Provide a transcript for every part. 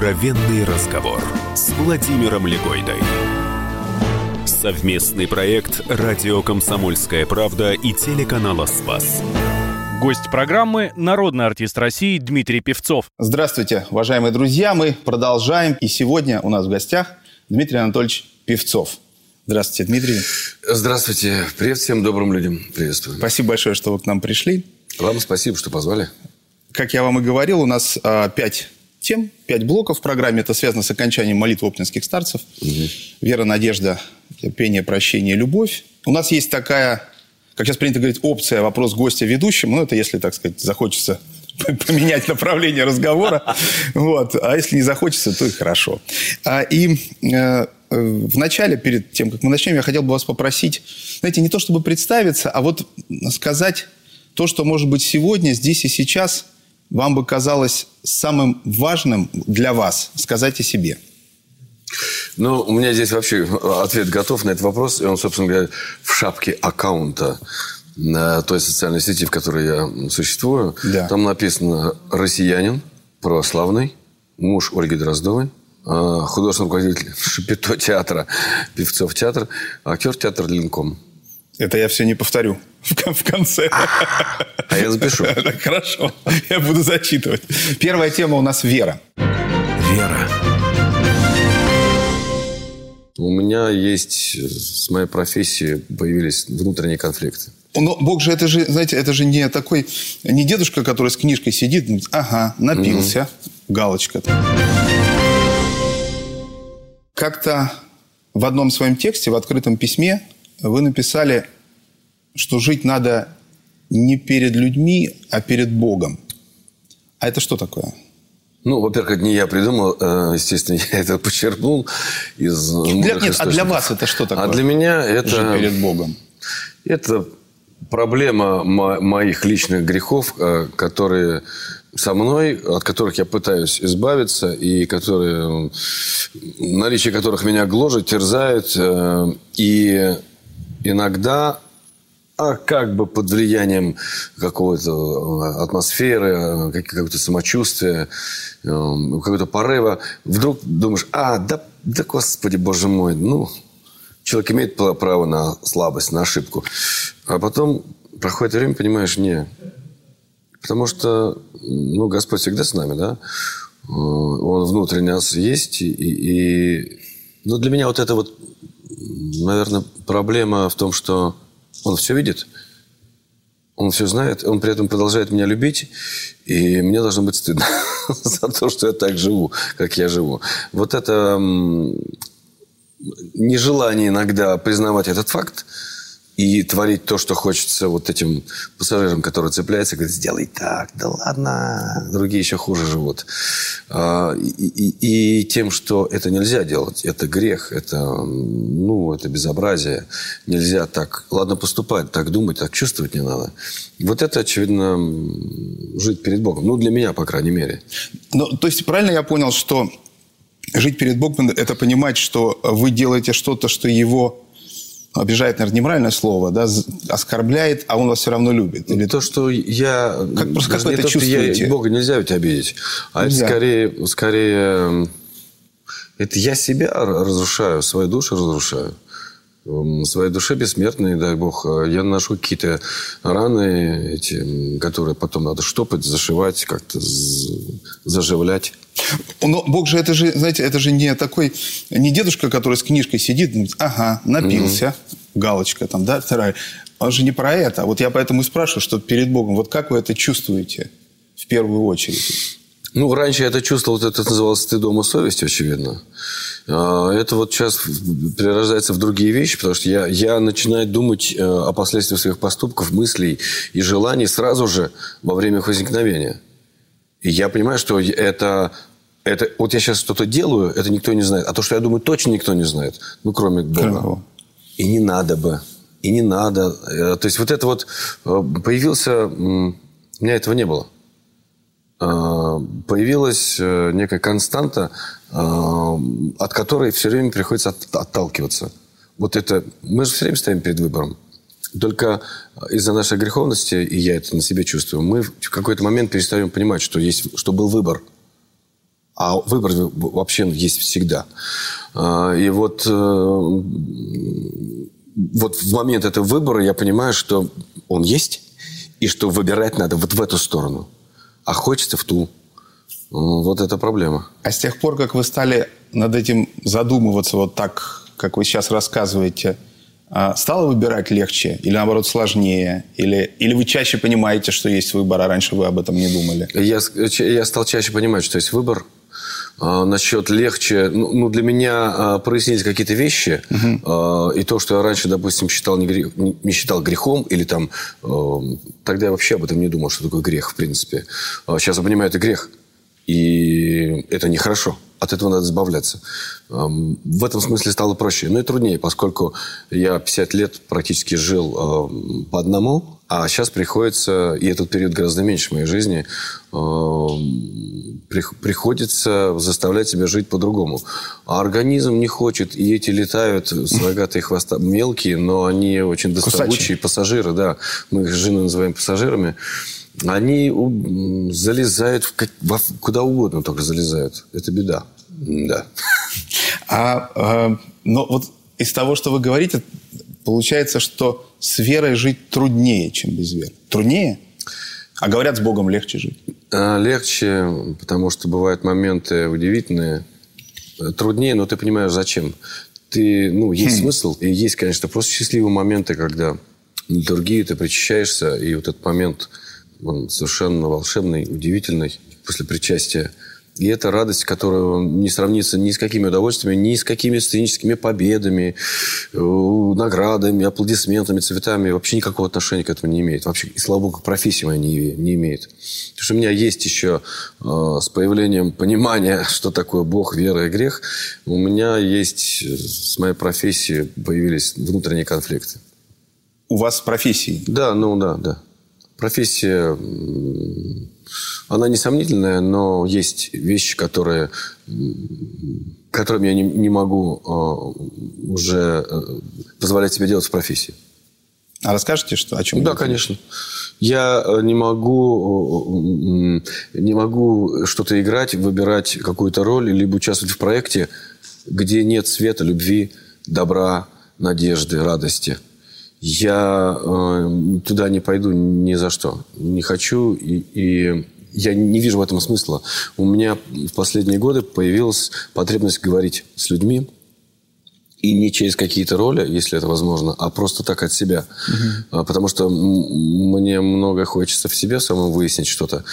Откровенный разговор с Владимиром Легойдой. Совместный проект «Радио Комсомольская правда» и телеканала «Спас». Гость программы – народный артист России Дмитрий Певцов. Здравствуйте, уважаемые друзья. Мы продолжаем. И сегодня у нас в гостях Дмитрий Анатольевич Певцов. Здравствуйте, Дмитрий. Здравствуйте. Привет всем добрым людям. Приветствую. Спасибо большое, что вы к нам пришли. Вам спасибо, что позвали. Как я вам и говорил, у нас 5 тем, 5 блоков в программе. Это связано с окончанием молитвы оптинских старцев. Вера, надежда, пение, прощение, любовь. У нас есть такая, как сейчас принято говорить, опция «вопрос гостя ведущему». Ну, это если, так сказать, захочется поменять направление разговора. Вот. А если не захочется, то и хорошо. В начале, перед тем, как мы начнем, я хотел бы вас попросить, знаете, не то чтобы представиться, а вот сказать то, что, может быть, сегодня, здесь и сейчас вам бы казалось самым важным для вас сказать о себе. Ну, у меня здесь вообще ответ готов на этот вопрос. И он, собственно говоря, в шапке аккаунта на той социальной сети, в которой я существую. Да. Там написано «Россиянин, православный, муж Ольги Дроздовой, художественный руководитель Шапито театра, Певцов театр, актер театра Ленком». Это я все не повторю в конце. А я запишу. Хорошо, я буду зачитывать. Первая тема у нас «Вера». Вера. У меня есть, с моей профессией появились внутренние конфликты. Но Бог же, это же, знаете, это же не такой, не дедушка, который с книжкой сидит, ага, напился, галочка. Как-то в одном своем тексте, в открытом письме, вы написали, что жить надо не перед людьми, а перед Богом. А это что такое? Ну, во-первых, это не я придумал. Естественно, я это почерпнул из мудрых источников. А для вас это что такое? А для меня это... Жить перед Богом. Это проблема моих личных грехов, которые со мной, от которых я пытаюсь избавиться, и которые, наличие которых меня гложет, терзает. И иногда... как бы под влиянием какой-то атмосферы, какого-то самочувствия, какого-то порыва, вдруг думаешь, да Господи, Боже мой, человек имеет право на слабость, на ошибку. А потом проходит время, понимаешь, не. Потому что, Господь всегда с нами, да? Он внутри нас есть. Но для меня вот это вот, наверное, проблема в том, что Он все видит, Он все знает, Он при этом продолжает меня любить, и мне должно быть стыдно за то, что я так живу, как я живу. Вот это нежелание иногда признавать этот факт и творить то, что хочется вот этим пассажирам, которые цепляются, говорят, сделай так, да ладно, другие еще хуже живут. И тем, что это нельзя делать, это грех, это безобразие. Нельзя так, ладно поступать, так думать, так чувствовать не надо. Вот это, очевидно, жить перед Богом. Для меня, по крайней мере. То есть, правильно я понял, что жить перед Богом – это понимать, что вы делаете что-то, что Его... обижает, наверное, неправильное слово, да, оскорбляет, а Он вас все равно любит. Или то, что я... Как вы это чувствуете? Бога нельзя ведь обидеть. А нельзя. Это скорее... Это я себя разрушаю, свою душу разрушаю. В своей душе бессмертной, дай Бог, я наношу какие-то раны, которые потом надо штопать, зашивать, как-то заживлять. Но Бог же, это же, знаете, это же не такой, не дедушка, который с книжкой сидит, ага, напился, галочка там, да, вторая. Он же не про это. Вот я поэтому и спрашиваю, что перед Богом, вот как вы это чувствуете в первую очередь? Раньше я это чувствовал, это называлось стыдом и совестью, очевидно. Это вот сейчас перерождается в другие вещи, потому что я начинаю думать о последствиях своих поступков, мыслей и желаний сразу же во время их возникновения. И я понимаю, что это вот я сейчас что-то делаю, это никто не знает. А то, что я думаю, точно никто не знает. Кроме Бога. И не надо бы. И не надо. То есть, вот это вот появился... У меня этого не было. Появилась некая константа, от которой все время приходится отталкиваться. Вот это... Мы же все время стоим перед выбором. Только из-за нашей греховности, и я это на себе чувствую, мы в какой-то момент перестаем понимать, что был выбор. А выбор вообще есть всегда. И вот в момент этого выбора я понимаю, что он есть, и что выбирать надо вот в эту сторону. А хочется в ту. Вот это проблема. А с тех пор, как вы стали над этим задумываться вот так, как вы сейчас рассказываете, стало выбирать легче или, наоборот, сложнее? Или вы чаще понимаете, что есть выбор, а раньше вы об этом не думали? Я стал чаще понимать, что есть выбор. Насчет легче, для меня прояснились какие-то вещи, и то, что я раньше, допустим, не считал грехом, или там, тогда я вообще об этом не думал, что такое грех, в принципе. Сейчас я понимаю, это грех, и это нехорошо. От этого надо избавляться. В этом смысле стало проще. Но и труднее, поскольку я 50 лет практически жил по одному, а сейчас приходится, и этот период гораздо меньше в моей жизни, приходится заставлять себя жить по-другому. А организм не хочет, и эти летают с рогатые хвоста мелкие, но они очень доставучие пассажиры, да. Мы их с женой называем пассажирами. Они залезают куда угодно, только залезают. Это беда. Да. Но вот из того, что вы говорите, получается, что с верой жить труднее, чем без веры. Труднее? А говорят, с Богом легче жить. Легче, потому что бывают моменты удивительные. Труднее, но ты понимаешь, зачем. Есть смысл. И есть, конечно, просто счастливые моменты, когда литургию ты причащаешься, и вот этот момент... Он совершенно волшебный, удивительный после причастия. И это радость, которая не сравнится ни с какими удовольствиями, ни с какими сценическими победами, наградами, аплодисментами, цветами. Вообще никакого отношения к этому не имеет. Вообще, и слава Богу, профессия моя не имеет. Потому что у меня есть еще с появлением понимания, что такое Бог, вера и грех, у меня есть с моей профессией появились внутренние конфликты. У вас с профессией? Да, да. Профессия, она несомнительная, но есть вещи, которыми я не могу уже позволять себе делать в профессии. А расскажете, о чем? Да, конечно. Я не могу что-то играть, выбирать какую-то роль, либо участвовать в проекте, где нет света, любви, добра, надежды, радости. Я туда не пойду ни за что. Не хочу, и я не вижу в этом смысла. У меня в последние годы появилась потребность говорить с людьми, и не через какие-то роли, если это возможно, а просто так от себя. Потому что мне много хочется в себе самому выяснить что-то.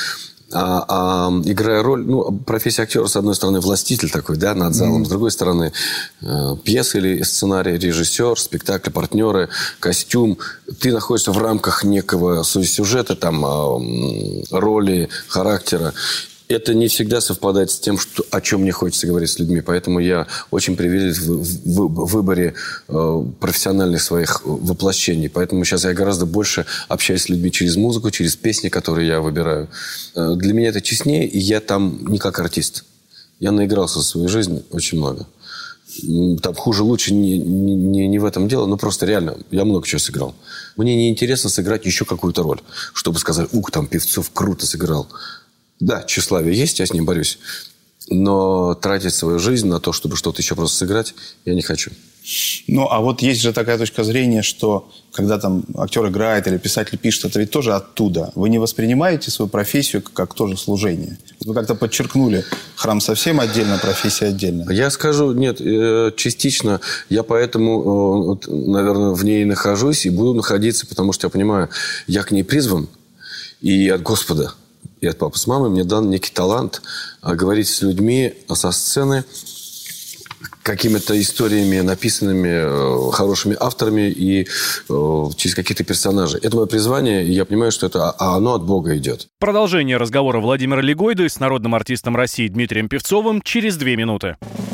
Играя роль, профессия актера, с одной стороны, властитель такой, да, над залом, с другой стороны, пьеса или сценарий, режиссер, спектакль, партнеры, костюм. Ты находишься в рамках некого сюжета, там, роли, характера. Это не всегда совпадает с тем, о чем мне хочется говорить с людьми. Поэтому я очень привилегирован в выборе профессиональных своих воплощений. Поэтому сейчас я гораздо больше общаюсь с людьми через музыку, через песни, которые я выбираю. Для меня это честнее, и я там не как артист. Я наигрался в свою жизнь очень много. Там хуже-лучше не в этом дело, но просто реально я много чего сыграл. Мне неинтересно сыграть еще какую-то роль, чтобы сказать, там Певцов круто сыграл. Да, тщеславие есть, я с ним борюсь. Но тратить свою жизнь на то, чтобы что-то еще просто сыграть, я не хочу. А вот есть же такая точка зрения, что когда там актер играет или писатель пишет, это ведь тоже оттуда. Вы не воспринимаете свою профессию как тоже служение? Вы как-то подчеркнули, храм совсем отдельно, профессия отдельно. Я скажу, нет, частично. Я поэтому, наверное, в ней нахожусь и буду находиться, потому что я понимаю, я к ней призван и от Господа. И от папы с мамой мне дан некий талант говорить с людьми со сцены какими-то историями, написанными хорошими авторами и через каких-то персонажей. Это мое призвание, и я понимаю, что оно от Бога идет. Продолжение разговора Владимира Легойды с народным артистом России Дмитрием Певцовым через 2 минуты.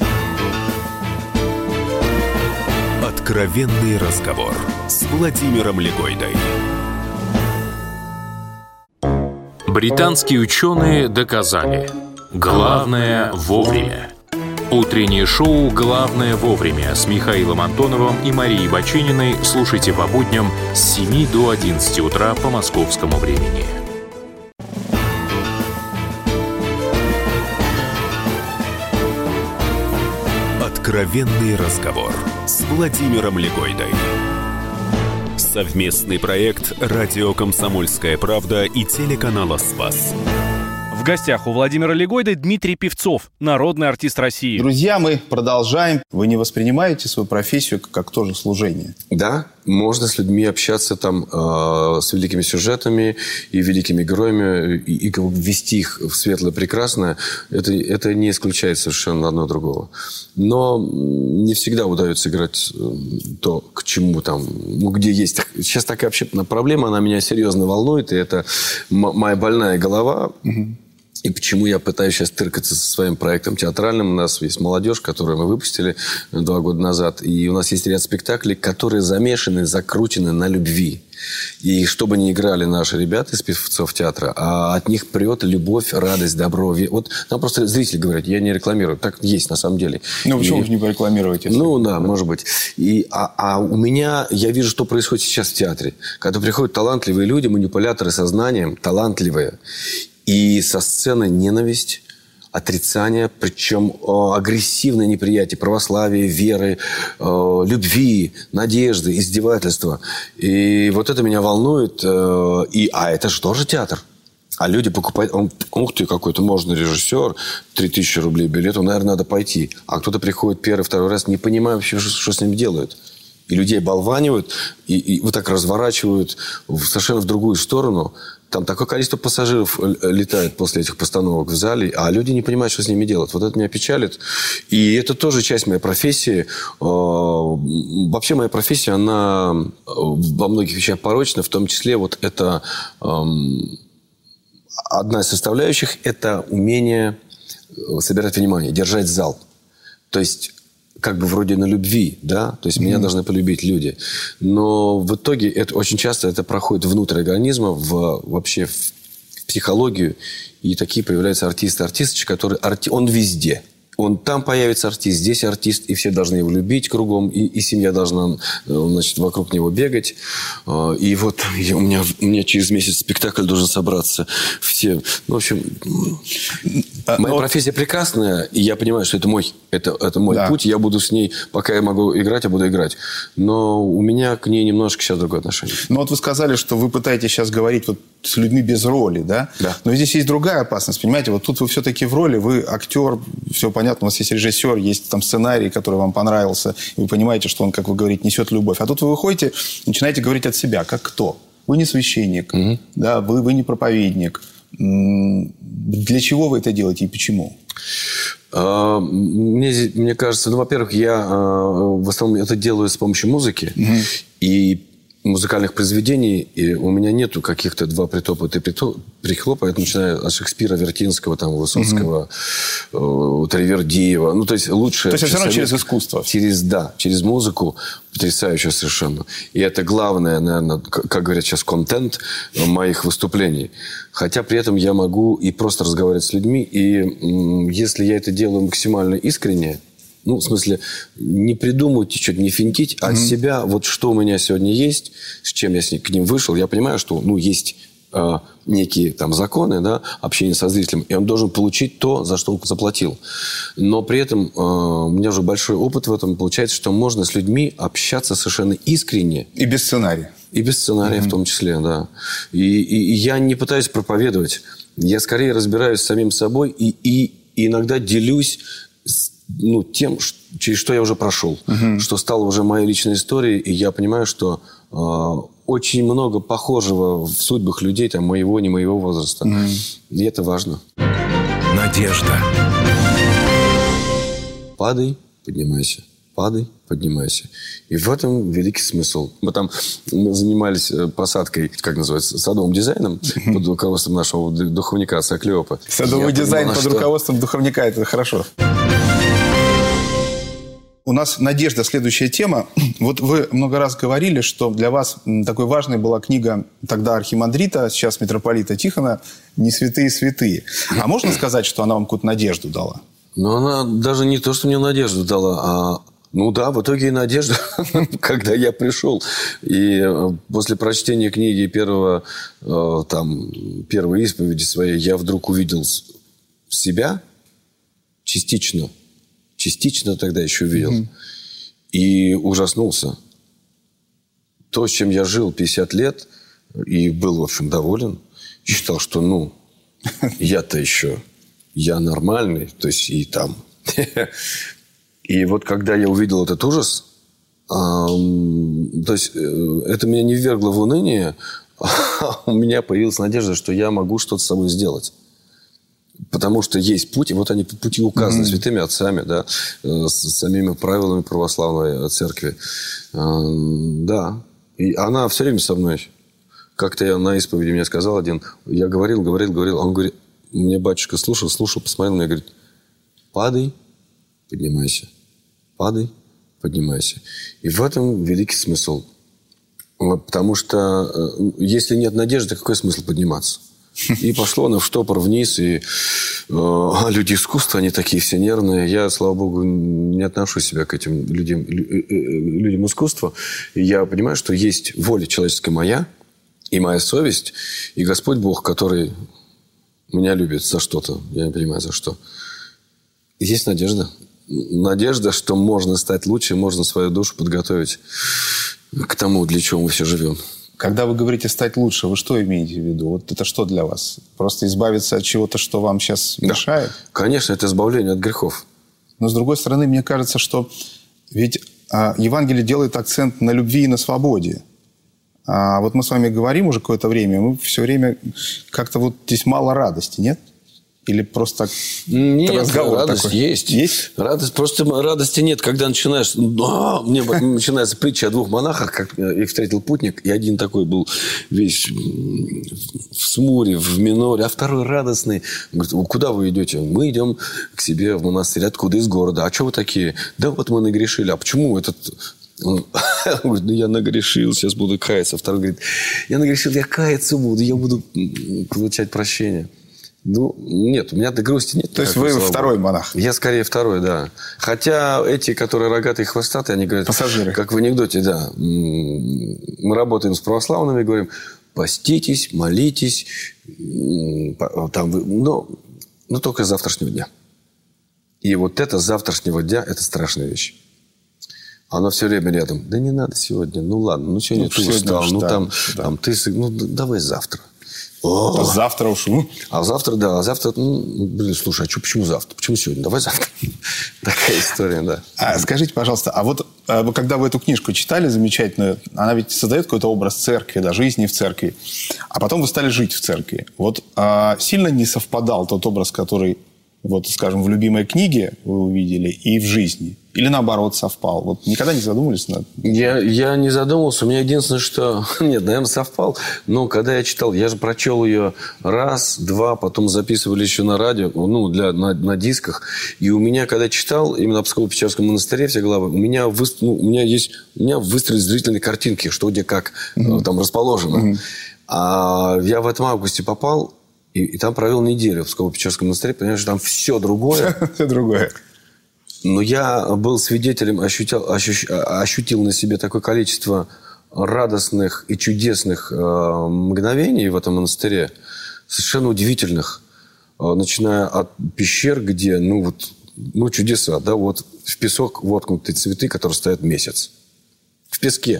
Откровенный разговор с Владимиром Легойдой. Британские ученые доказали: главное вовремя. Утреннее шоу «Главное вовремя» с Михаилом Антоновым и Марией Бачининой слушайте по будням с 7 до 11 утра по московскому времени. Откровенный разговор с Владимиром Легойдой. Совместный проект «Радио Комсомольская правда» и телеканала «Спас». В гостях у Владимира Легойды Дмитрий Певцов, народный артист России. Друзья, мы продолжаем. Вы не воспринимаете свою профессию как тоже служение? Да, можно с людьми общаться там с великими сюжетами и великими героями, и ввести их в светлое, прекрасное. Это не исключает совершенно одно другого. Но не всегда удается играть то, к чему там, где есть. Сейчас такая общественная проблема, она меня серьезно волнует, и это моя больная голова. И почему я пытаюсь сейчас тыркаться со своим проектом театральным. У нас есть молодежь, которую мы выпустили 2 года назад. И у нас есть ряд спектаклей, которые замешаны, закручены на любви. И что бы ни играли наши ребята из певцов театра, а от них прет любовь, радость, добро. Вот нам просто зрители говорят, я не рекламирую. Так есть на самом деле. Ну, почему вы не порекламируете? Ну, да, может быть. А у меня, я вижу, что происходит сейчас в театре. Когда приходят талантливые люди, манипуляторы сознанием, талантливые, и со сцены ненависть, отрицание, причем агрессивное неприятие православия, веры, любви, надежды, издевательства. И вот это меня волнует. А это же тоже театр. А люди покупают... Ух ты, какой-то можно режиссер, 3000 рублей билет, наверное, надо пойти. А кто-то приходит первый, второй раз, не понимая вообще, что с ним делают. И людей болванивают, и вот так разворачивают совершенно в другую сторону. Там такое количество пассажиров летает после этих постановок в зале, а люди не понимают, что с ними делать. Вот это меня печалит. И это тоже часть моей профессии. Вообще моя профессия, она во многих вещах порочна. В том числе вот это одна из составляющих – это умение собирать внимание, держать зал. То есть как бы вроде на любви, да, то есть меня должны полюбить люди, но в итоге это очень часто это проходит внутрь организма, вообще в психологию, и такие появляются артисты, которые он везде. Он там появится артист, здесь артист, и все должны его любить кругом, и семья должна, значит, вокруг него бегать. И вот у меня через месяц спектакль должен собраться. Все, в общем, моя профессия прекрасная, и я понимаю, что это мой путь, я буду с ней, пока я могу играть, я буду играть. Но у меня к ней немножко сейчас другое отношение. Ну вот вы сказали, что вы пытаетесь сейчас говорить вот с людьми без роли, да? Да. Но здесь есть другая опасность, понимаете? Вот тут вы все-таки в роли, вы актер, все понятно, у вас есть режиссер, есть там сценарий, который вам понравился, и вы понимаете, что он, как вы говорите, несет любовь. А тут вы выходите, начинаете говорить от себя, как кто? Вы не священник, да, вы не проповедник. Для чего вы это делаете и почему? Мне кажется, во-первых, я в основном это делаю с помощью музыки. И музыкальных произведений, и у меня нету каких-то 2 притопа, 3 прихлопа. Это начиная от Шекспира, Вертинского, там, Высоцкого, Таривердиева. Ну, то есть лучшее... То есть, все равно через искусство. Через музыку. Потрясающе совершенно. И это главное, наверное, как говорят сейчас, контент моих выступлений. Хотя при этом я могу и просто разговаривать с людьми. И если я это делаю максимально искренне, ну, в смысле, не придумывать, что-то не финтить, а себя, вот что у меня сегодня есть, с чем я к ним вышел, я понимаю, что, есть некие там законы, да, общение со зрителем, и он должен получить то, за что он заплатил. Но при этом у меня уже большой опыт в этом. Получается, что можно с людьми общаться совершенно искренне. И без сценария. И без сценария в том числе, да. И я не пытаюсь проповедовать. Я скорее разбираюсь с самим собой и иногда делюсь тем, через что я уже прошел, что стало уже моей личной историей, и я понимаю, что очень много похожего в судьбах людей, там, моего, не моего возраста. И это важно. Надежда. Падай, поднимайся. Падай, поднимайся. И в этом великий смысл. Мы там занимались посадкой, как называется, садовым дизайном под руководством нашего духовника отца Клеопа. Садовый дизайн под руководством духовника – это хорошо. У нас, Надежда, следующая тема. Вот вы много раз говорили, что для вас такой важной была книга тогда архимандрита, сейчас митрополита Тихона «Не святые святые». А можно сказать, что она вам какую-то надежду дала? Ну, она даже не то, что мне надежду дала, а... Ну да, в итоге и надежда, когда я пришел. И после прочтения книги первой исповеди своей, я вдруг увидел себя частично частично тогда еще видел. И ужаснулся. То, с чем я жил 50 лет, и был, в общем, доволен, считал, что, я-то еще, я нормальный, то есть и там. И вот когда я увидел этот ужас, то есть это меня не ввергло в уныние, а у меня появилась надежда, что я могу что-то с собой сделать. Потому что есть путь, и вот они пути указаны святыми отцами, да, с самими правилами православной церкви. Да. И она все время со мной. Как-то я на исповеди мне сказал один, я говорил, он говорит, мне батюшка слушал, посмотрел на меня и говорит, падай, поднимайся, падай, поднимайся. И в этом великий смысл. Потому что если нет надежды, какой смысл подниматься? И пошло оно в штопор вниз, и люди искусства, они такие все нервные. Я, слава богу, не отношу себя к этим людям искусства. И я понимаю, что есть воля человеческая моя, и моя совесть, и Господь Бог, который меня любит за что-то. Я не понимаю, за что. И есть надежда. Надежда, что можно стать лучше, можно свою душу подготовить к тому, для чего мы все живем. Когда вы говорите «стать лучше», вы что имеете в виду? Вот это что для вас? Просто избавиться от чего-то, что вам сейчас мешает? Конечно, это избавление от грехов. Но, с другой стороны, мне кажется, что ведь Евангелие делает акцент на любви и на свободе. А вот мы с вами говорим уже какое-то время, мы все время как-то вот здесь мало радости, нет? Или просто нет, разговор радость такой? Есть. Радость, просто радости нет, когда начинаешь... Мне начинается притча о двух монахах, как их встретил путник, и один такой был весь в смуре, в миноре, а второй радостный. Он говорит, куда вы идете? Мы идем к себе в монастырь. Откуда? Из города. А что вы такие? Да вот мы нагрешили. А почему этот... Он говорит, я нагрешил, сейчас буду каяться. Второй говорит, я нагрешил, я каяться буду, я буду получать прощение. Нет, у меня до грусти нет. То есть вы второй монах? Я скорее второй, да. Хотя эти, которые рогатые и хвостатые, они говорят... Пассажиры. Как в анекдоте, да. Мы работаем с православными, говорим, поститесь, молитесь, но только с завтрашнего дня. И вот это с завтрашнего дня, это страшная вещь. Оно все время рядом. Да не надо сегодня. Ладно, сегодня ты устал. Давай завтра. Завтра уж. А завтра, слушай, почему завтра? Почему сегодня? Давай завтра. Такая история, да. Скажите, пожалуйста, а вот когда вы эту книжку читали замечательную, она ведь создает какой-то образ церкви, да, жизни в церкви, а потом вы стали жить в церкви. Вот сильно не совпадал тот образ, который, вот, скажем, в любимой книге вы увидели, и в жизни? Или наоборот совпал? Вот никогда не задумывались над... Я не задумывался. У меня единственное, что... Нет, наверное, совпал. Но когда я читал, я же прочел ее раз, два, потом записывали еще на радио, на дисках. И у меня, когда читал, именно о Псково-Печерском монастыре все главы, у меня выстроились зрительные картинки, что где как там расположено. А я в этом августе попал, и там провел неделю в Псково-Печерском монастыре, понимаешь, там все другое. Все другое. Но я был свидетелем, ощутил на себе такое количество радостных и чудесных мгновений в этом монастыре, совершенно удивительных, начиная от пещер, где, чудеса, да, вот в песок воткнуты цветы, которые стоят месяц. В песке.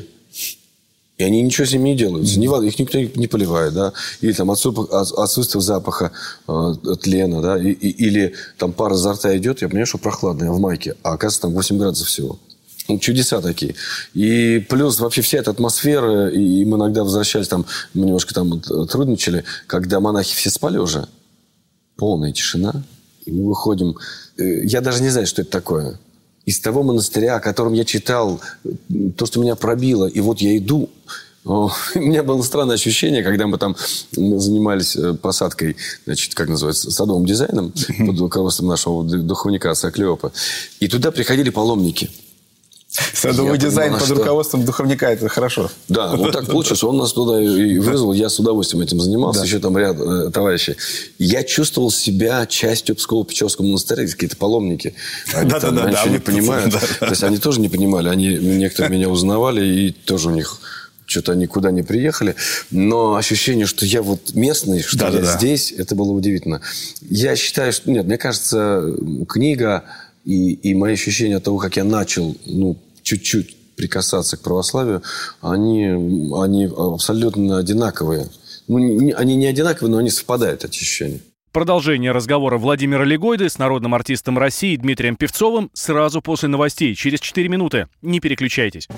И они ничего с ними не делают. Их никто не поливает, да. Или там отсутствие запаха тлена, да. Или там пар изо рта идет, я понимаю, что прохладная в майке, а оказывается там 8 градусов всего. Чудеса такие. И плюс вообще вся эта атмосфера, и мы иногда возвращались, мы немножко там трудничали, когда монахи все спали уже, полная тишина, и мы выходим. Я даже не знаю, что это такое. Из того монастыря, о котором я читал, то, что меня пробило, и вот я иду, у меня было странное ощущение, когда мы там занимались посадкой, как называется, садовым дизайном, под руководством нашего духовника отца Клеопа, и туда приходили паломники. Садовый дизайн под руководством духовника, это хорошо. Да, вот так получилось. Он нас туда и вызвал. Я с удовольствием этим занимался. Еще там ряд товарищей. Я чувствовал себя частью Псково-Печерского монастыря. Какие-то паломники. Они раньше не понимают. То есть они тоже не понимали. Некоторые меня узнавали. И тоже у них что-то никуда не приехали. Но ощущение, что я вот местный, что я здесь, это было удивительно. Я считаю, что... Нет, мне кажется, книга... и мои ощущения от того, как я начал, чуть-чуть прикасаться к православию, они абсолютно одинаковые. Они не одинаковые, но они совпадают, эти ощущения. Продолжение разговора Владимира Легойды с народным артистом России Дмитрием Певцовым сразу после новостей, через 4 минуты. Не переключайтесь.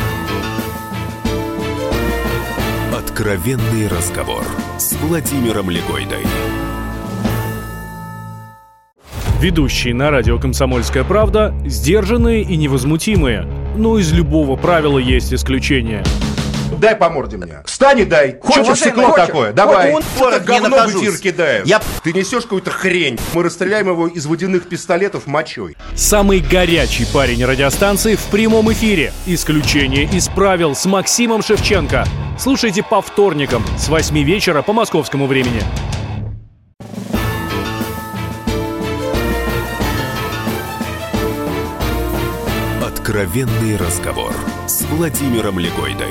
Откровенный разговор с Владимиром Легойдой. Ведущие на радио «Комсомольская правда» сдержанные и невозмутимые. Но из любого правила есть исключение. Дай по морде мне. Встань и дай. Хочешь стекло такое? Давай. Вот говно в эфир кидаем. Ты несешь какую-то хрень. Мы расстреляем его из водяных пистолетов мочой. Самый горячий парень радиостанции в прямом эфире. Исключение из правил с Максимом Шевченко. Слушайте по вторникам с 8 вечера по московскому времени. Откровенный разговор с Владимиром Легойдой.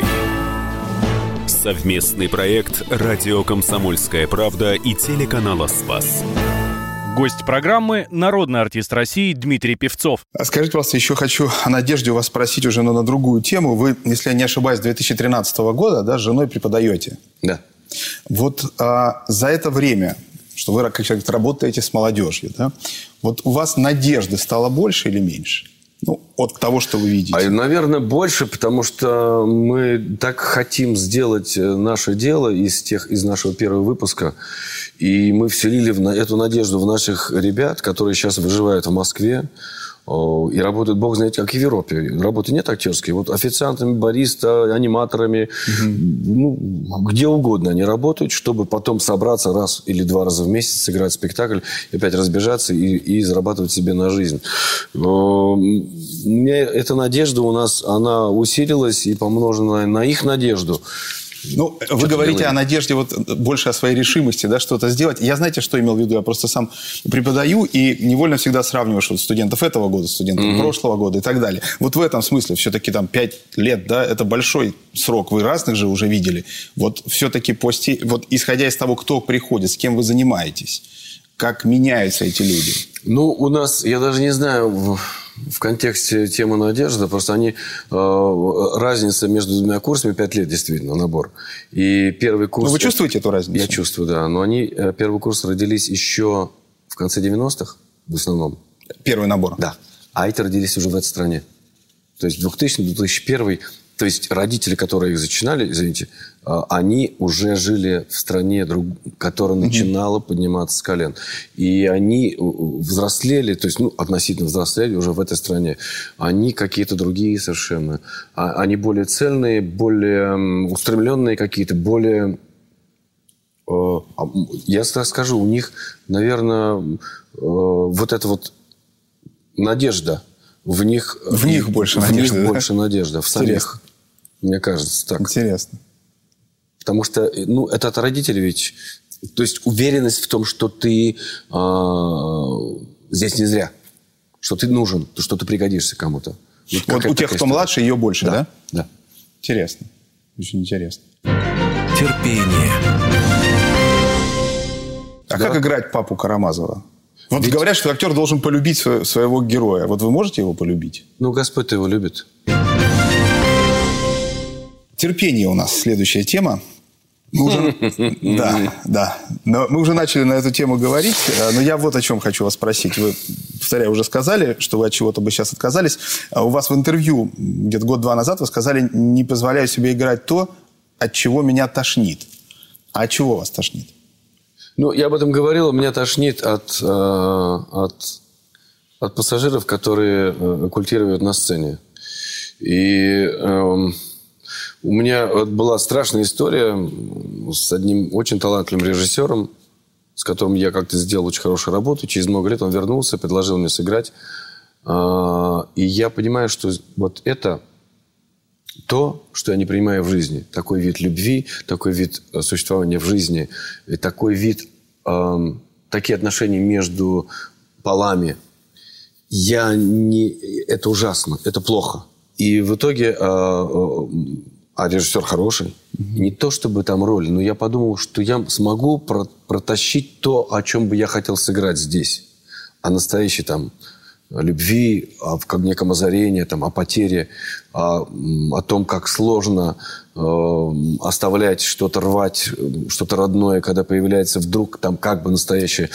Совместный проект «Радио Комсомольская правда» и телеканала «Спас». Гость программы – народный артист России Дмитрий Певцов. Скажите, пожалуйста, еще хочу о Надежде у вас спросить уже на другую тему. Вы, если я не ошибаюсь, с 2013 года с женой преподаете. Да. Вот за это время, что вы, как человек, работаете с молодежью, да, вот у вас надежды стало больше или меньше? От того, что вы видите. Наверное, больше, потому что мы так хотим сделать наше дело из нашего первого выпуска. И мы вселили эту надежду в наших ребят, которые сейчас выживают в Москве. И работают, бог знает, как и в Европе. Работы нет актерской. Вот официантами, бариста, аниматорами, где угодно они работают, чтобы потом собраться раз или два раза в месяц, сыграть спектакль, и опять разбежаться и зарабатывать себе на жизнь. У меня эта надежда у нас, она усилилась и помножена на их надежду. Вы говорите о надежде, больше о своей решимости, да, что-то сделать. Я, знаете, что имел в виду? Я просто сам преподаю и невольно всегда сравниваю студентов этого года, студентов прошлого года и так далее. Вот в этом смысле все-таки 5 лет, да, это большой срок. Вы разных же уже видели. Вот все-таки исходя из того, кто приходит, с кем вы занимаетесь, как меняются эти люди? У нас, я даже не знаю... В контексте темы «Надежда», просто разница между двумя курсами 5 лет, действительно, набор. И первый курс... Вы чувствуете эту разницу? Я чувствую, да. Но первый курс родились еще в конце 90-х, в основном. Первый набор? Да. А эти родились уже в этой стране. То есть 2000-2001. То есть родители, которые их зачинали, извините, они уже жили в стране, которая начинала подниматься с колен. И они взрослели, то есть относительно взрослели уже в этой стране. Они какие-то другие совершенно. Они более цельные, более устремленные какие-то, более... Я скажу, у них, наверное, надежда. В них больше надежды. В них больше надежды. В самих, мне кажется, так. Интересно. Потому что, это от родителей ведь. То есть уверенность в том, что ты здесь не зря. Что ты нужен, что ты пригодишься кому-то. Вот у тех, кто младше, ее больше, да? Да. Интересно. Очень интересно. Терпение. Как играть папу Карамазова? Говорят, что актер должен полюбить своего героя. Вы можете его полюбить? Господь-то его любит. Терпение у нас следующая тема. Да. Но мы уже начали на эту тему говорить. Но я о чем хочу вас спросить. Вы, повторяю, уже сказали, что вы от чего-то бы сейчас отказались. У вас в интервью где-то год-два назад вы сказали: не позволяю себе играть то, от чего меня тошнит. А от чего вас тошнит? Я об этом говорил. Меня тошнит от пассажиров, которые культивируют на сцене. И у меня была страшная история с одним очень талантливым режиссером, с которым я как-то сделал очень хорошую работу. Через много лет он вернулся, предложил мне сыграть. И я понимаю, что это то, что я не принимаю в жизни. Такой вид любви, такой вид существования в жизни, и такой вид, такие отношения между полами. Это ужасно, это плохо. И в итоге, режиссер хороший, не то чтобы там роль, но я подумал, что я смогу протащить то, о чем бы я хотел сыграть здесь. А настоящий о любви, о неком озарении, там, о потере, о том, как сложно оставлять что-то, рвать что-то родное, когда появляется вдруг там как бы настоящее.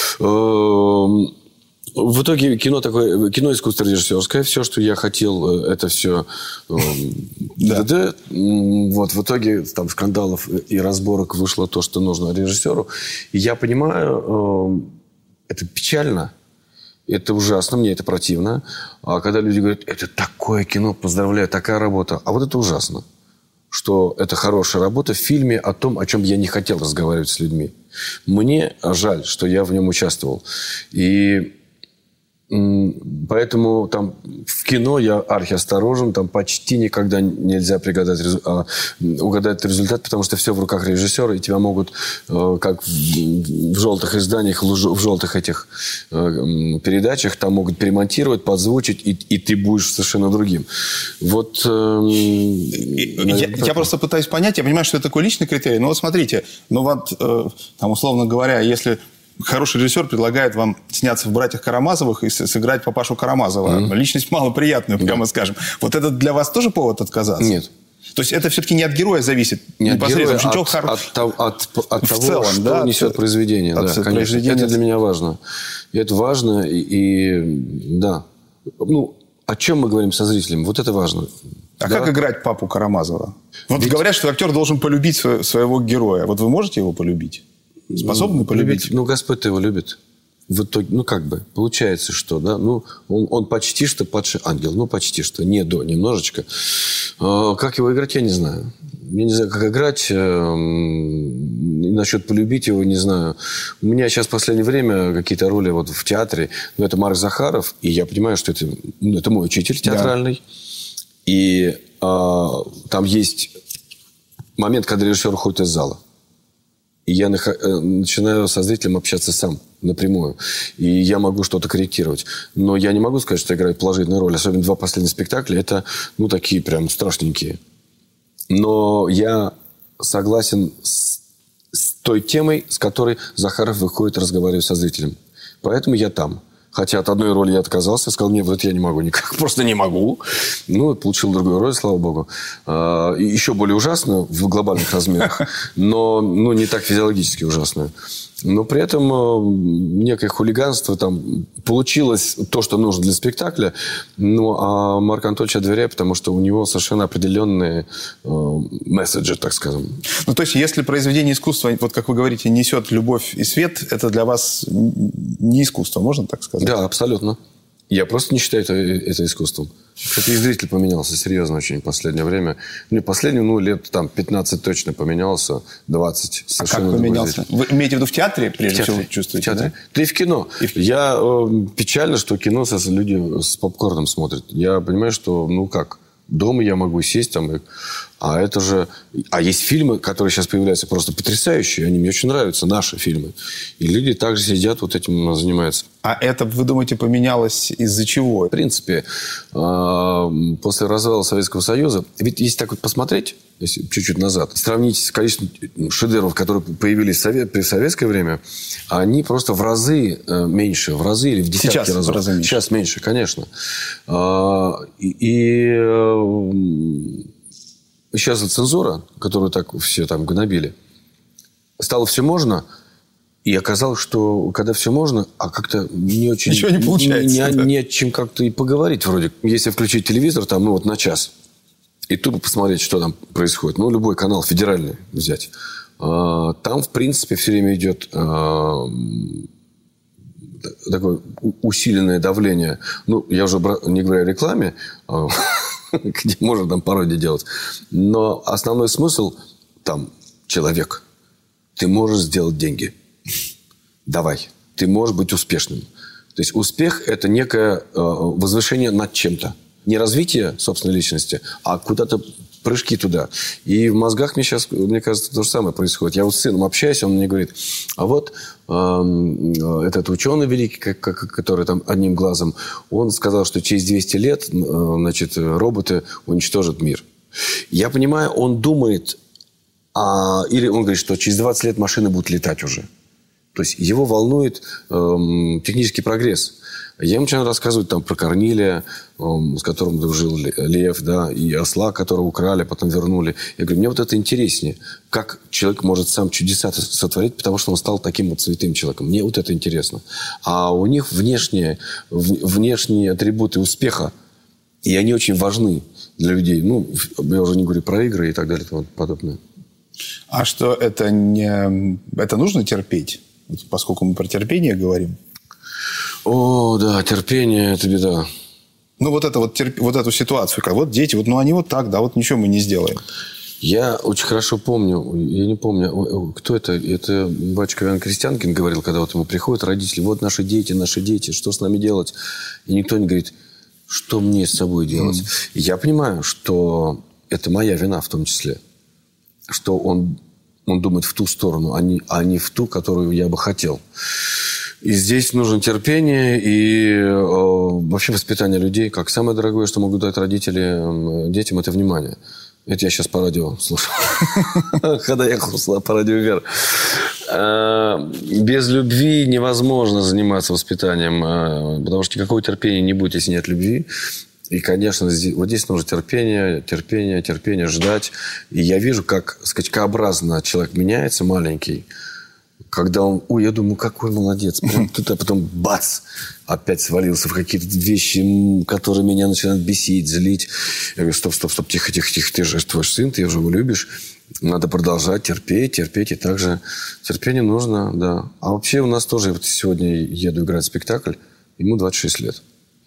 В итоге кино искусство режиссерское. Все, что я хотел, это все... Да. Вот в итоге там скандалов и разборок вышло то, что нужно режиссеру. И я понимаю, это печально. Это ужасно, мне это противно. А когда люди говорят, это такое кино, поздравляю, такая работа. А вот это ужасно. Что это хорошая работа в фильме о том, о чем я не хотел разговаривать с людьми. Мне жаль, что я в нем участвовал. И поэтому там в кино я архиосторожен, там почти никогда нельзя угадать результат, потому что все в руках режиссера, и тебя могут, как в желтых изданиях, в желтых этих передачах, там могут перемонтировать, подзвучить, и ты будешь совершенно другим. Вот. Я просто пытаюсь понять, я понимаю, что это такой личный критерий, но вот смотрите, там, условно говоря, если хороший режиссер предлагает вам сняться в «Братьях Карамазовых» и сыграть папашу Карамазова. Личность малоприятную, прямо скажем. Вот это для вас тоже повод отказаться? Нет. То есть это все-таки не от героя зависит? Не от героя, от того, целом, что да, несет произведение. Да, конечно. Это для меня важно. И это важно. Да. О чем мы говорим со зрителем? Вот это важно. А как играть папу Карамазова? Вот говорят, что актер должен полюбить своего героя. Вот вы можете его полюбить? Способны полюбить? Господь-то его любит. В итоге, получается, что, да, он почти что падший ангел. Почти что. Немножечко. Как его играть, я не знаю. Я не знаю, как играть. Насчет полюбить его, не знаю. У меня сейчас в последнее время какие-то роли вот в театре. Это Марк Захаров. И я понимаю, что это мой учитель театральный. Да. И там есть момент, когда режиссер уходит из зала. И я начинаю со зрителем общаться сам, напрямую. И я могу что-то корректировать. Но я не могу сказать, что играет положительную роль. Особенно 2 последних спектакля. Это, такие прям страшненькие. Но я согласен с той темой, с которой Захаров выходит разговаривать со зрителем. Поэтому я там. Хотя от одной роли я отказался. Сказал, нет, вот я не могу никак. Просто не могу. Получил другую роль, слава богу. Еще более ужасную в глобальных размерах. Но не так физиологически ужасную. Но при этом некое хулиганство там получилось то, что нужно для спектакля. А Марк Антоновича доверяю, потому что у него совершенно определенные месседжи, так скажем. То есть, если произведение искусства, вот как вы говорите, несет любовь и свет, это для вас не искусство, можно так сказать? Да, абсолютно. Я просто не считаю это искусством. Кстати, и зритель поменялся серьезно очень в последнее время. Последние, лет 15 точно поменялся, 20. А как поменялся? Вы имеете в виду в театре, прежде всего, чувствуете? В театре. Да и в кино. Я печально, что кино люди с попкорном смотрят. Я понимаю, что, дома я могу сесть там, а это же... А есть фильмы, которые сейчас появляются просто потрясающие. Они мне очень нравятся, наши фильмы. И люди также сидят, вот этим занимаются. А это, вы думаете, поменялось из-за чего? В принципе, после развала Советского Союза... Ведь если так вот посмотреть, если чуть-чуть назад, сравнить с количеством шедевров, которые появились при советское время, они просто в разы меньше. В разы или в десятки разов. Сейчас меньше, конечно. Сейчас цензура, которую так все там гнобили, стало все можно, и оказалось, что когда все можно, а как-то не очень... Ничего не получается. Не о чем как-то и поговорить вроде. Если включить телевизор там, на час, и тупо посмотреть, что там происходит. Любой канал федеральный взять. Там, в принципе, все время идет такое усиленное давление. Я уже не говорю о рекламе, где можно там пародии делать. Но основной смысл там человек. Ты можешь сделать деньги. Давай. Ты можешь быть успешным. То есть успех – это некое возвышение над чем-то. Не развитие собственной личности, а куда-то прыжки туда. И в мозгах мне кажется, то же самое происходит. Я с сыном общаюсь, он мне говорит, а вот этот ученый великий, который там одним глазом, он сказал, что через 200 лет, роботы уничтожат мир. Я понимаю, он думает, или он говорит, что через 20 лет машины будут летать уже. То есть его волнует технический прогресс. Я ему начинаю рассказывать там про Корнилия, с которым дружил Лев, да, и осла, которого украли, потом вернули. Я говорю, мне вот это интереснее. Как человек может сам чудеса сотворить, потому что он стал таким вот святым человеком. Мне вот это интересно. А у них внешние атрибуты успеха, и они очень важны для людей. Ну, я уже не говорю про игры и так далее и тому подобное. А что это не... Это нужно терпеть? Поскольку мы про терпение говорим. О, да, терпение – это беда. Ну, вот эту ситуацию, как вот дети, они вот так, да, вот ничего мы не сделаем. Я очень хорошо помню, я не помню, кто это? Это батюшка Иван Крестьянкин говорил, когда вот ему приходят родители, вот наши дети, что с нами делать? И никто не говорит, что мне с собой делать. И я понимаю, что это моя вина в том числе, что он думает в ту сторону, а не в ту, которую я бы хотел. И здесь нужно терпение и вообще воспитание людей. Как самое дорогое, что могут дать родители детям, это внимание. Это я сейчас по радио слушал. Когда ехал по радио «Вера». Без любви невозможно заниматься воспитанием. Потому что никакого терпения не будет, если нет любви. И, конечно, здесь нужно терпение, ждать. И я вижу, как скачкообразно человек меняется, маленький. Когда он, я думаю, какой молодец. А потом бац, опять свалился в какие-то вещи, которые меня начинают бесить, злить. Я говорю, стоп, тихо, ты же твой сын, ты же его любишь. Надо продолжать терпеть. И также терпение нужно, да. А вообще у нас тоже, вот сегодня еду играть спектакль, ему 26 лет.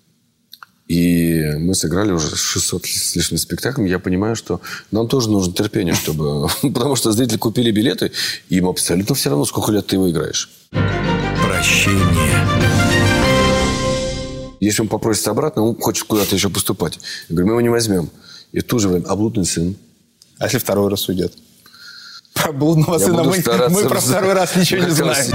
И мы сыграли уже 600 с лишним спектаклем. Я понимаю, что нам тоже нужно терпение, чтобы... Потому что зрители купили билеты, и им абсолютно все равно, сколько лет ты его играешь. Прощение. Если он попросится обратно, он хочет куда-то еще поступать. Я говорю, мы его не возьмем. И тут же говорим, а блудный сын? А если второй раз уйдет? Про блудного сына мы про второй раз ничего не знаем.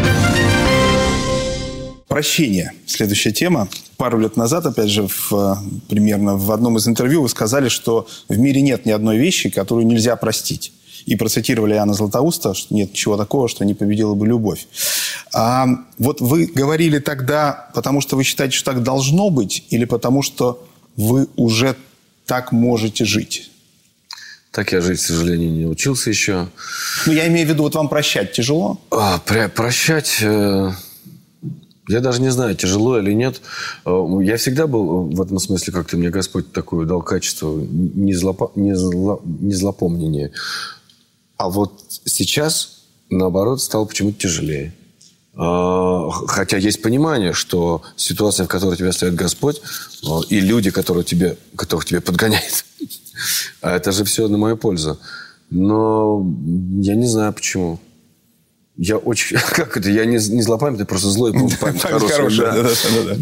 Прощение. Следующая тема. Пару лет назад, опять же, примерно в одном из интервью вы сказали, что в мире нет ни одной вещи, которую нельзя простить. И процитировали Иоанна Златоуста, что нет ничего такого, что не победила бы любовь. А вот вы говорили тогда, потому что вы считаете, что так должно быть, или потому что вы уже так можете жить? Так я жить, к сожалению, не учился еще. Ну, я имею в виду, вот вам прощать тяжело? Прощать... Я даже не знаю, тяжело или нет. Я всегда был в этом смысле, как-то мне Господь такое дал качество не злопомнения. А вот сейчас, наоборот, стало почему-то тяжелее. Хотя есть понимание, что ситуация, в которой тебя ставит Господь, и люди, которых тебе подгоняет, это же все на мою пользу. Но я не знаю, почему. Я очень... Как это? Я не злопамятный, просто злой, память хорошая. Да.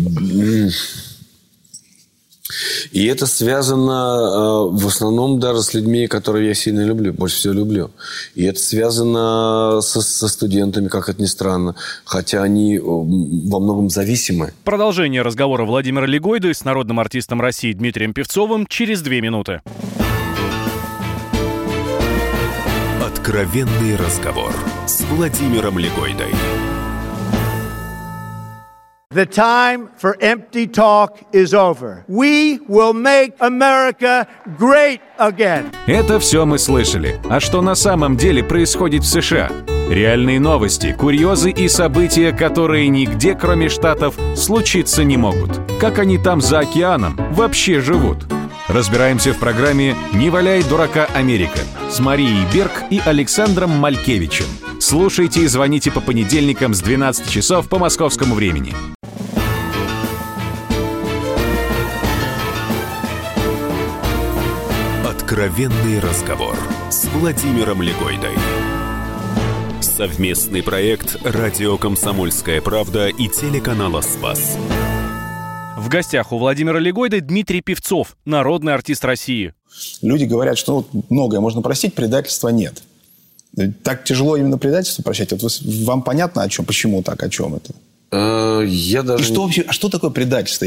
И это связано в основном даже с людьми, которые я сильно люблю, больше всего люблю. И это связано со студентами, как это ни странно. Хотя они во многом зависимы. Продолжение разговора Владимира Легойды с народным артистом России Дмитрием Певцовым через 2 минуты. Откровенный разговор с Владимиром Легойдой. The time for empty talk is over. We will make America great again. Это все мы слышали. А что на самом деле происходит в США? Реальные новости, курьезы и события, которые нигде, кроме Штатов, случиться не могут. Как они там за океаном вообще живут? Разбираемся в программе «Не валяй дурака, Америка» с Марией Берг и Александром Малькевичем. Слушайте и звоните по понедельникам с 12 часов по московскому времени. Откровенный разговор с Владимиром Легойдой. Совместный проект «Радио Комсомольская правда» и телеканала «Спас». В гостях у Владимира Легойды Дмитрий Певцов, народный артист России. Люди говорят, что многое можно простить, предательства нет. Так тяжело именно предательство прощать. Вот вам понятно, о чем, почему так, о чем это? Я даже... И что вообще, что такое предательство?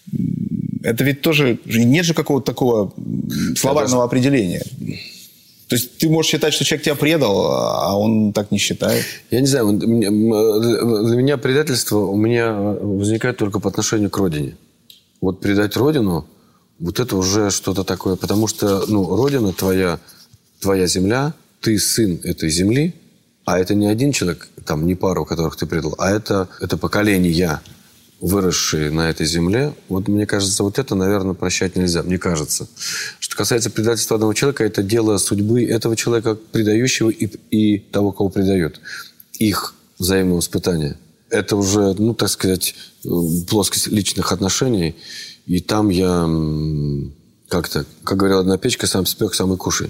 Это ведь тоже... Нет же какого-то такого словарного определения. То То есть ты можешь считать, что человек тебя предал, а он так не считает? Я не знаю. Для меня предательство у меня возникает только по отношению к родине. Вот предать родину, вот это уже что-то такое. Потому что, родина твоя земля, ты сын этой земли, а это не один человек, там, не пару, которых ты предал, а это поколение, выросшие на этой земле. Вот мне кажется, вот это, наверное, прощать нельзя. Мне кажется. Что касается предательства одного человека, это дело судьбы этого человека, предающего, и того, кого предает. Их взаимного испытания. Это уже, так сказать, плоскость личных отношений. И там я как-то, как говорила одна печка, сам спек, сам и кушай.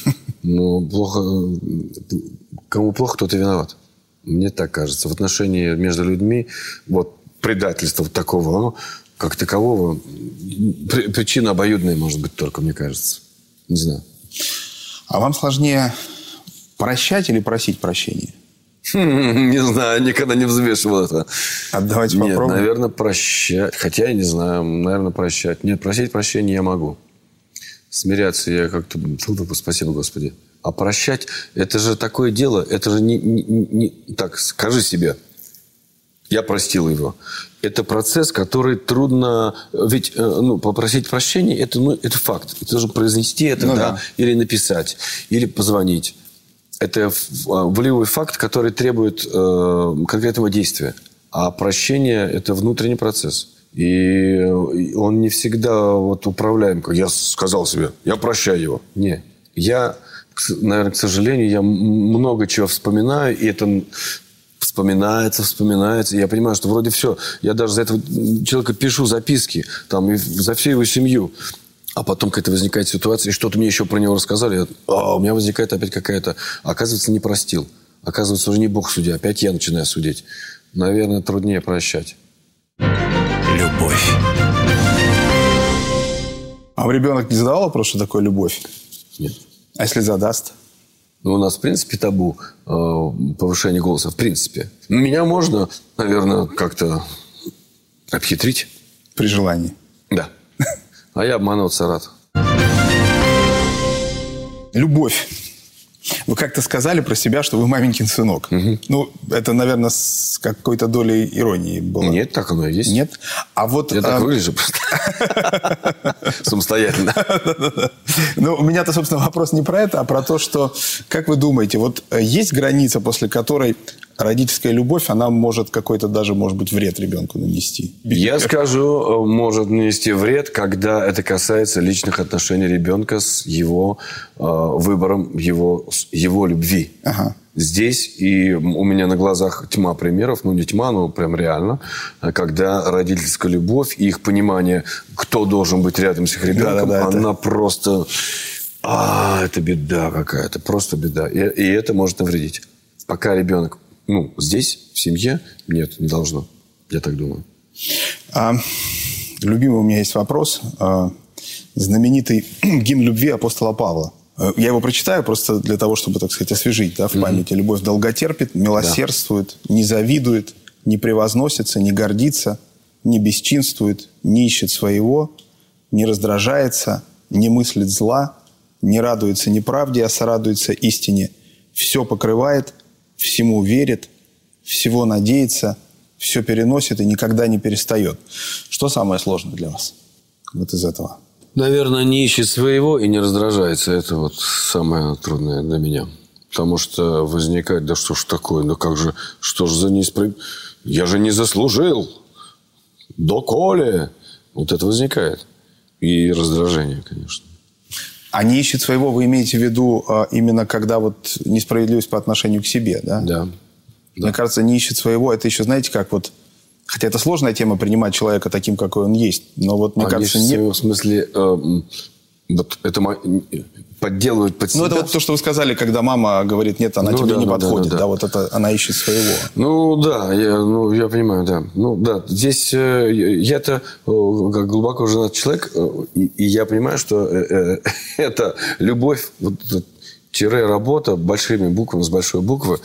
Кому плохо, тот и виноват. Мне так кажется. В отношении между людьми, вот предательство вот такого, как такового, причина обоюдная может быть только, мне кажется. Не знаю. А вам сложнее прощать или просить прощения? Не знаю, никогда не взвешивал это. Давайте попробуем. Нет, наверное, прощать. Хотя я не знаю, наверное, прощать. Нет, просить прощения я могу. Смиряться я как-то... Спасибо, Господи. А прощать, это же такое дело, это же не... Так, скажи себе, я простил его. Это процесс, который трудно... Ведь попросить прощения, это факт. Это же произнести это, да, или написать, или позвонить. Это волевой факт, который требует конкретного действия. А прощение – это внутренний процесс. И он не всегда управляем. Как я сказал себе, я прощаю его. Не. Я, наверное, к сожалению, я много чего вспоминаю, и это вспоминается. И я понимаю, что вроде все. Я даже за этого человека пишу записки, там, и за всю его семью. А потом какая-то возникает ситуация, и что-то мне еще про него рассказали. У меня возникает опять какая-то... Оказывается, не простил. Оказывается, уже не Бог судья. Опять я начинаю судить. Наверное, труднее прощать. Любовь. А вам ребенок не задавал вопрос, что такое любовь? Нет. А если задаст? У нас, в принципе, табу повышение голоса. В принципе. Меня можно, наверное, как-то обхитрить. При желании? Да. А я обманываться рад. Любовь. Вы как-то сказали про себя, что вы маменькин сынок. Угу. Это, наверное, с какой-то долей иронии было. Нет, так оно и есть. Нет? А вот... Я так выгляжу просто. Самостоятельно. У меня-то, собственно, вопрос не про это, а про то, что, как вы думаете, вот есть граница, после которой родительская любовь, она может какой-то даже, может быть, вред ребенку нанести? Я скажу, может нанести вред, когда это касается личных отношений ребенка с его выбором, его любви. Ага. Здесь и у меня на глазах тьма примеров, не тьма, но прям реально, когда родительская любовь и их понимание, кто должен быть рядом с их ребенком, она просто... это беда какая-то, просто беда. И это может навредить. Пока ребенок здесь, в семье, нет, не должно. Я так думаю. Любимый у меня есть вопрос. Знаменитый гимн любви апостола Павла. Я его прочитаю просто для того, чтобы, так сказать, освежить в памяти. Любовь долготерпит, милосердствует, не завидует, не превозносится, не гордится, не бесчинствует, не ищет своего, не раздражается, не мыслит зла, не радуется неправде, а сорадуется истине. Все покрывает, всему верит, всего надеется, все переносит и никогда не перестает. Что самое сложное для вас вот из этого? Наверное, не ищет своего и не раздражается. Это самое трудное для меня. Потому что возникает, да что ж такое, как же, что ж за несправедливость? Я же не заслужил. Доколе? Вот это возникает. И раздражение, конечно. А не ищет своего, вы имеете в виду именно когда несправедливость по отношению к себе, да? Да. Мне кажется, не ищет своего, это еще, знаете, как хотя это сложная тема принимать человека таким, какой он есть. Но мне кажется, не... В смысле, это подделывать под себя. Это то, что вы сказали, когда мама говорит, нет, она тебе не подходит. Да, это она ищет своего. Я понимаю, да. Здесь я-то глубоко женат человек, и я понимаю, что это любовь, работа большими буквами, с большой буквы,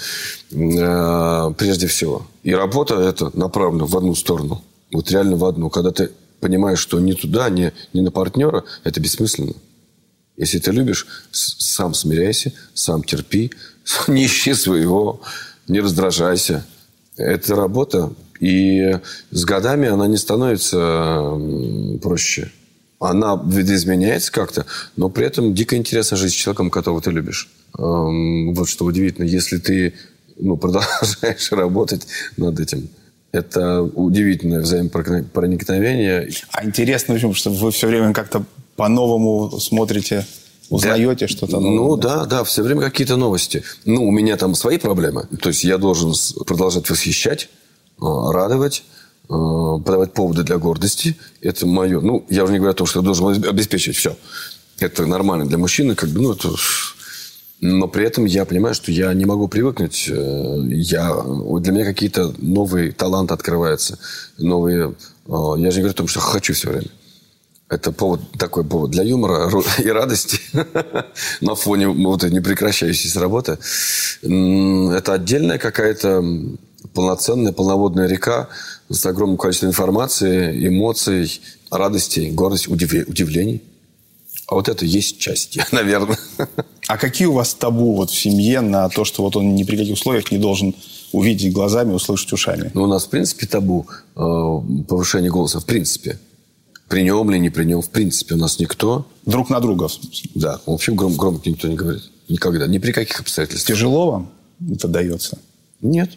прежде всего. И работа это направлена в одну сторону. Реально в одну. Когда ты понимаешь, что не туда, не на партнера, это бессмысленно. Если ты любишь, сам смиряйся, сам терпи, не ищи своего, не раздражайся. Это работа, и с годами она не становится проще. Она видоизменяется как-то, но при этом дико интересно жить с человеком, которого ты любишь. Вот что удивительно, если ты продолжаешь работать над этим. Это удивительное взаимопроникновение. А интересно, почему? Что вы все время как-то по-новому смотрите, узнаете что-то новое? Да, все время какие-то новости. У меня там свои проблемы. То есть я должен продолжать восхищать, радовать, подавать поводы для гордости. Это мое. Я уже не говорю о том, что я должен обеспечить все. Это нормально для мужчины. Но при этом я понимаю, что я не могу привыкнуть. Для меня какие-то новые таланты открываются. Новые. Я же не говорю о том, что хочу все время. Это такой повод для юмора и радости на фоне непрекращающейся работы. Это отдельная какая-то полноценная, полноводная река с огромным количеством информации, эмоций, радостей, гордости, удивлений. А вот это есть часть, наверное. А какие у вас табу в семье на то, что он ни при каких условиях не должен увидеть глазами, услышать ушами? У нас, в принципе, табу повышение голоса. В принципе. При нем или не при нем. В принципе, у нас никто... Друг на друга. Да. Вообще громко никто не говорит. Никогда. Ни при каких обстоятельствах. Тяжело вам это дается? Нет.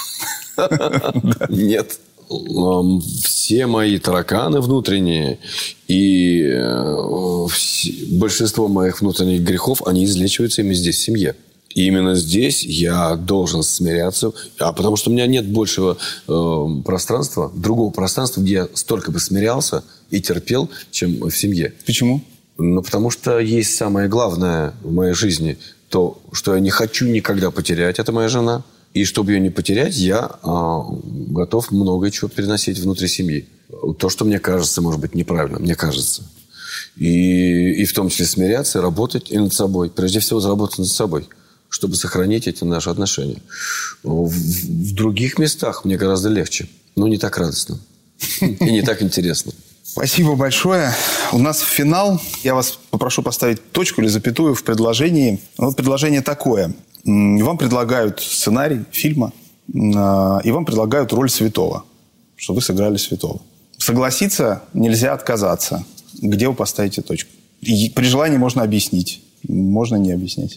Нет. Все мои тараканы внутренние и большинство моих внутренних грехов, они излечиваются именно здесь, в семье. И именно здесь я должен смиряться. Потому что у меня нет большего пространства, другого пространства, где я столько бы смирялся и терпел, чем в семье. Почему? Потому что есть самое главное в моей жизни. То, что я не хочу никогда потерять. Это моя жена. И чтобы ее не потерять, я готов многое чего переносить внутри семьи. То, что мне кажется, может быть, неправильно. Мне кажется. И в том числе смиряться, работать и над собой. Прежде всего, заработать над собой, чтобы сохранить эти наши отношения. В других местах мне гораздо легче. Но не так радостно. И не так интересно. Спасибо большое. У нас финал. Я вас попрошу поставить точку или запятую в предложении. Предложение такое. Вам предлагают сценарий фильма, и вам предлагают роль святого, что вы сыграли святого. Согласиться нельзя, отказаться. Где вы поставите точку? И при желании можно объяснить. Можно не объяснять.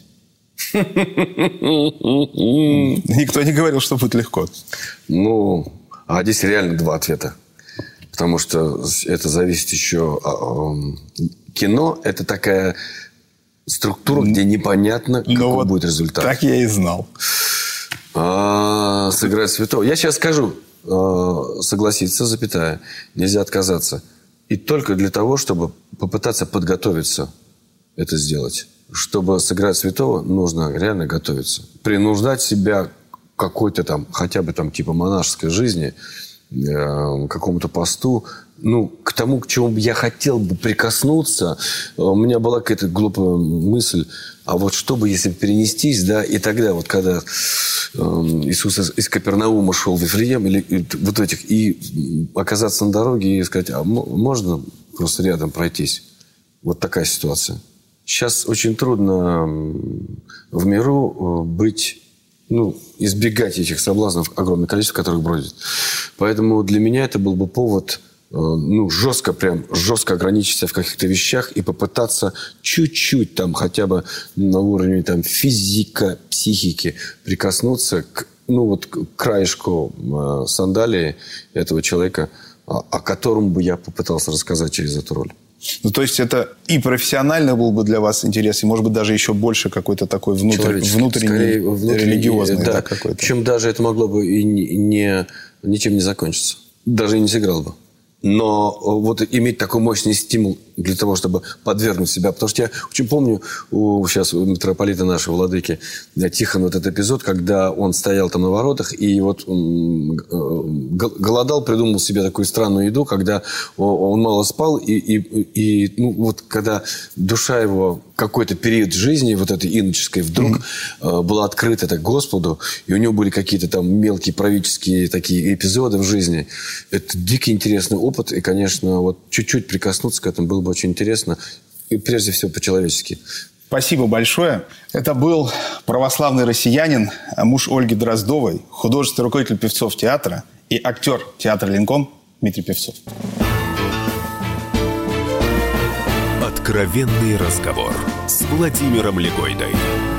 Никто не говорил, что будет легко. А здесь реально два ответа. Потому что это зависит еще... Кино – это такая структура, где непонятно, какой будет результат. Так я и знал. Сыграть святого. Я сейчас скажу. Согласиться, запятая. Нельзя отказаться. И только для того, чтобы попытаться подготовиться это сделать. Чтобы сыграть святого, нужно реально готовиться. Принуждать себя к какой-то хотя бы типа монашеской жизни, к какому-то посту, к тому, к чему я хотел бы прикоснуться. У меня была какая-то глупая мысль, а вот что бы, если перенестись, и тогда, когда Иисус из Капернаума шел в Вифлеем, и оказаться на дороге и сказать, а можно просто рядом пройтись? Вот такая ситуация. Сейчас очень трудно в миру избегать этих соблазнов, огромное количество которых бродит. Поэтому для меня это был бы повод жестко ограничиться в каких-то вещах и попытаться чуть-чуть хотя бы на уровне физика, психики прикоснуться к краешку сандалии этого человека, о котором бы я попытался рассказать через эту роль. То есть это и профессионально был бы для вас интерес, и, может быть, даже еще больше какой-то такой внутренний религиозный. Да, какой-то. Причем даже это могло бы и ничем не закончиться. Даже и не сыграл бы. Но иметь такой мощный стимул для того, чтобы подвергнуть себя. Потому что я очень помню сейчас у митрополита нашего, владыки Тихона, этот эпизод, когда он стоял на воротах и голодал, придумал себе такую странную еду, когда он мало спал, когда душа его какой-то период жизни, этой иноческой, вдруг была открыта Господу, и у него были какие-то мелкие правительские такие эпизоды в жизни. Это дико интересный опыт, и, конечно, чуть-чуть прикоснуться к этому было бы очень интересно. И прежде всего по-человечески. Спасибо большое. Это был православный россиянин, муж Ольги Дроздовой, художественный руководитель певцов театра и актер театра «Линком» Дмитрий Певцов. Откровенный разговор с Владимиром Легойдой.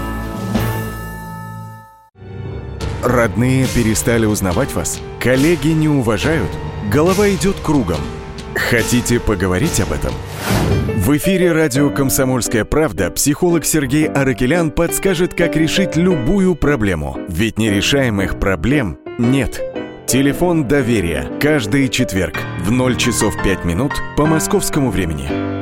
Родные перестали узнавать вас? Коллеги не уважают? Голова идет кругом. Хотите поговорить об этом? В эфире радио «Комсомольская правда» психолог Сергей Аракелян подскажет, как решить любую проблему. Ведь нерешаемых проблем нет. Телефон доверия. Каждый четверг в 0 часов 5 минут по московскому времени.